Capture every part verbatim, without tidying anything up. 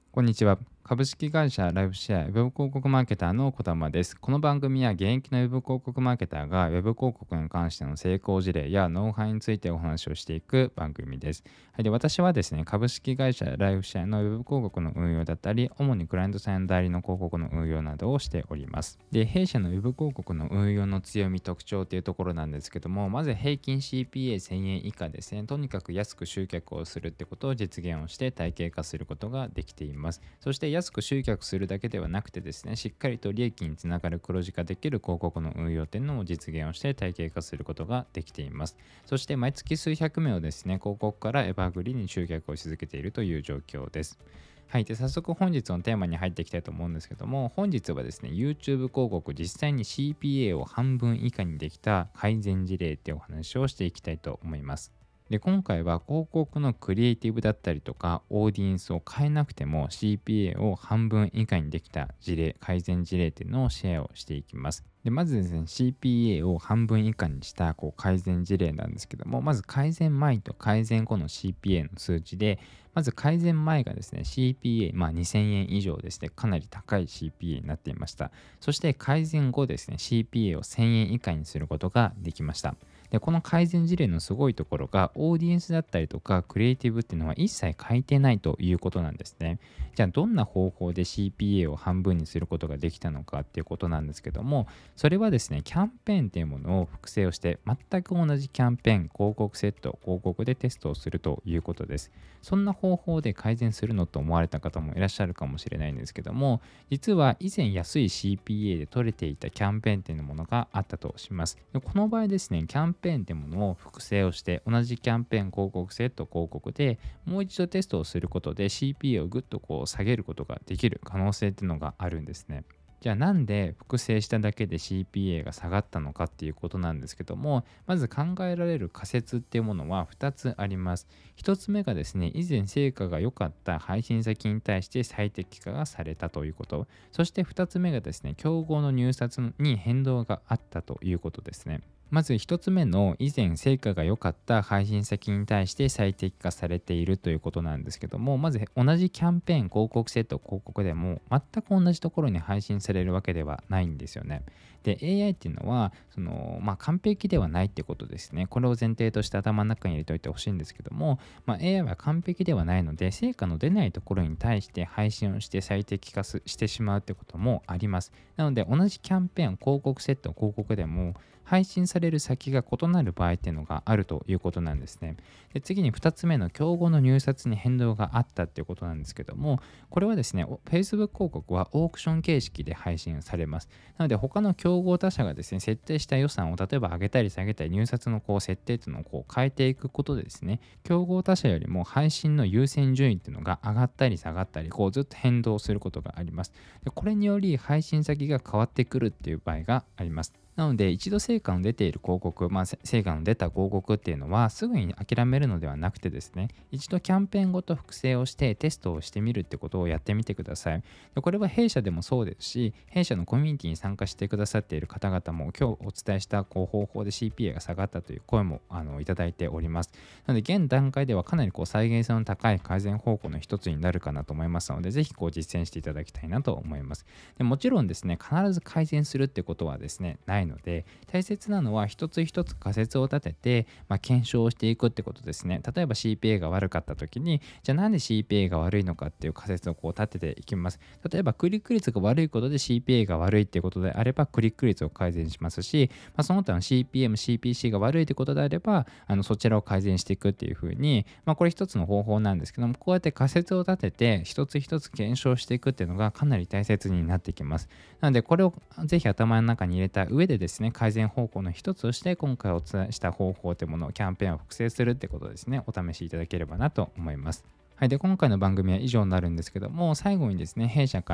こんにちは。株式会社ライフシェアウェブ広告マーケターの小玉です。この番組は現役のウェブ広告マーケターがウェブ広告に関しての成功事例やノウハウについてお話をしていく番組です。はい、で私はですね、株式会社ライフシェアのウェブ広告の運用だったり、主にクライアントさん代理の広告の運用などをしております。で、弊社のウェブ広告の運用の強み特徴というところなんですけども、まず平均 シーピーエーせん 円以下ですね、とにかく安く集客をするってことを実現をして体系化することができています。そして安く集客するだけではなくてですね、しっかりと利益につながる黒字化できる広告の運用というのも実現をして体系化することができています。そして毎月数百名をですね、広告からエバーグリーンに集客をし続けているという状況です。はい。で、早速本日のテーマに入っていきたいと思うんですけども、本日はですね、YouTube 広告実際に シーピーエー を半分以下にできた改善事例ってお話をしていきたいと思います。で、今回は広告のクリエイティブだったりとか、オーディエンスを変えなくても シーピーエー を半分以下にできた事例、改善事例っていうのをシェアをしていきます。で、まずですね、シーピーエー を半分以下にしたこう改善事例なんですけども、まず改善前と改善後の シーピーエー の数値で、まず改善前がですね、シーピーエー、まあにせんえん以上ですね、かなり高い シーピーエー になっていました。そして改善後ですね、シーピーエー をせんえん以下にすることができました。で、この改善事例のすごいところが、オーディエンスだったりとか、クリエイティブっていうのは一切変えてないということなんですね。じゃあ、どんな方法で シーピーエー を半分にすることができたのかっていうことなんですけども、それはですね、キャンペーンっていうものを複製をして、全く同じキャンペーン、広告セット、広告でテストをするということです。そんな方法で改善するのと思われた方もいらっしゃるかもしれないんですけども、実は以前安い シーピーエー で取れていたキャンペーンっていうものがあったとします。で、この場合ですね、キャンペーンってものを複製をして、同じキャンペーン広告セット広告でもう一度テストをすることで シーピーエー をぐっとこう下げることができる可能性っていうのがあるんですね。じゃあなんで複製しただけで シーピーエー が下がったのかっていうことなんですけども、まず考えられる仮説っていうものはふたつあります。ひとつめがですね、以前成果が良かった配信先に対して最適化がされたということ。そしてふたつめがですね、競合の入札に変動があったということですね。まず一つ目の以前成果が良かった配信先に対して最適化されているということなんですけども、まず同じキャンペーン広告セット広告でも全く同じところに配信されるわけではないんですよね。で、エーアイ っていうのはその、まあ、完璧ではないってことですね。これを前提として頭の中に入れておいてほしいんですけども、まあ、エーアイ は完璧ではないので、成果の出ないところに対して配信をして最適化すしてしまうってこともあります。なので、同じキャンペーン広告セット広告でも配信される先が異なる場合っていうのがあるということなんですね。で、次にふたつめの競合の入札に変動があったっていうことなんですけども、これはですね、お Facebook 広告はオークション形式で配信されます。なので、他の競合他社がですね、設定した予算を例えば上げたり下げたり、入札のこう設定っていうのをこう変えていくことでですね、競合他社よりも配信の優先順位っていうのが上がったり下がったり、こうずっと変動することがあります。で、これにより配信先が変わってくるっていう場合があります。なので、一度成果の出ている広告、まあ、せ成果の出た広告っていうのは、すぐに諦めるのではなくてですね、一度キャンペーンごと複製をしてテストをしてみるってことをやってみてください。で、これは弊社でもそうですし、弊社のコミュニティに参加してくださっている方々も、今日お伝えしたこう方法で シーピーエー が下がったという声もあのいただいております。なので、現段階ではかなりこう再現性の高い改善方法の一つになるかなと思いますので、ぜひこう実践していただきたいなと思います。で、もちろんですね、必ず改善するってことはですね、ないので、大切なのは一つ一つ仮説を立てて、まあ、検証をしていくってことですね。例えば シーピーエー が悪かった時に、じゃあなんで シーピーエー が悪いのかっていう仮説をこう立てていきます。例えばクリック率が悪いことで シーピーエー が悪いっていうことであれば、クリック率を改善しますし、まあ、その他の シーピーエム、シーピーシー が悪いってことであれば、あのそちらを改善していくっていうふうに、まあ、これ一つの方法なんですけども、こうやって仮説を立てて一つ一つ検証していくっていうのがかなり大切になってきます。なので、これをぜひ頭の中に入れた上でですね、改善方法の一つとして今回お伝えした方法というものをキャンペーンを複製するってことですね、お試しいただければなと思います。はい。で、今回の番組は以上になるんですけども、最後にですね、弊社から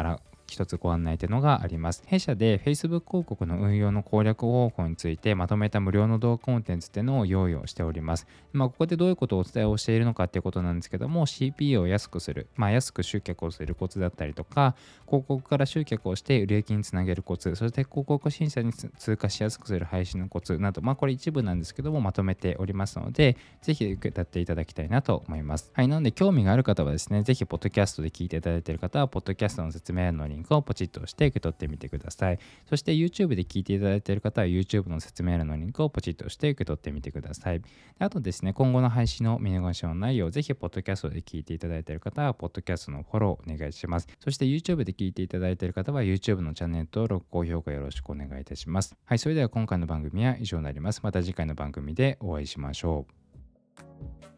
一つご案内というのがあります。弊社で Facebook 広告の運用の攻略方法についてまとめた無料の動画コンテンツっていうのを用意をしております。まあ、ここでどういうことをお伝えをしているのかっていうことなんですけども、 シーピーユー を安くする、まあ、安く集客をするコツだったりとか、広告から集客をして売り上げにつなげるコツ、そして広告審査に通過しやすくする配信のコツなど、まあ、これ一部なんですけどもまとめておりますので、ぜひ受け取っていただきたいなと思います。はい、なので興味がある方はですね、ぜひポッドキャストで聞いていただいている方はポッドキャストの説明欄のリンクをポチッと押して受け取ってみてください。そして YouTube で聞いていただいている方は YouTube の説明欄のリンクをポチッと押して受け取ってみてください。あとですね、今後の配信の見逃しのないよう、ぜひポッドキャストで聞いていただいている方はポッドキャストのフォローお願いします。そして YouTube で聞いていただいている方は YouTube のチャンネル登録、高評価よろしくお願いいたします。はい、それでは今回の番組は以上になります。また次回の番組でお会いしましょう。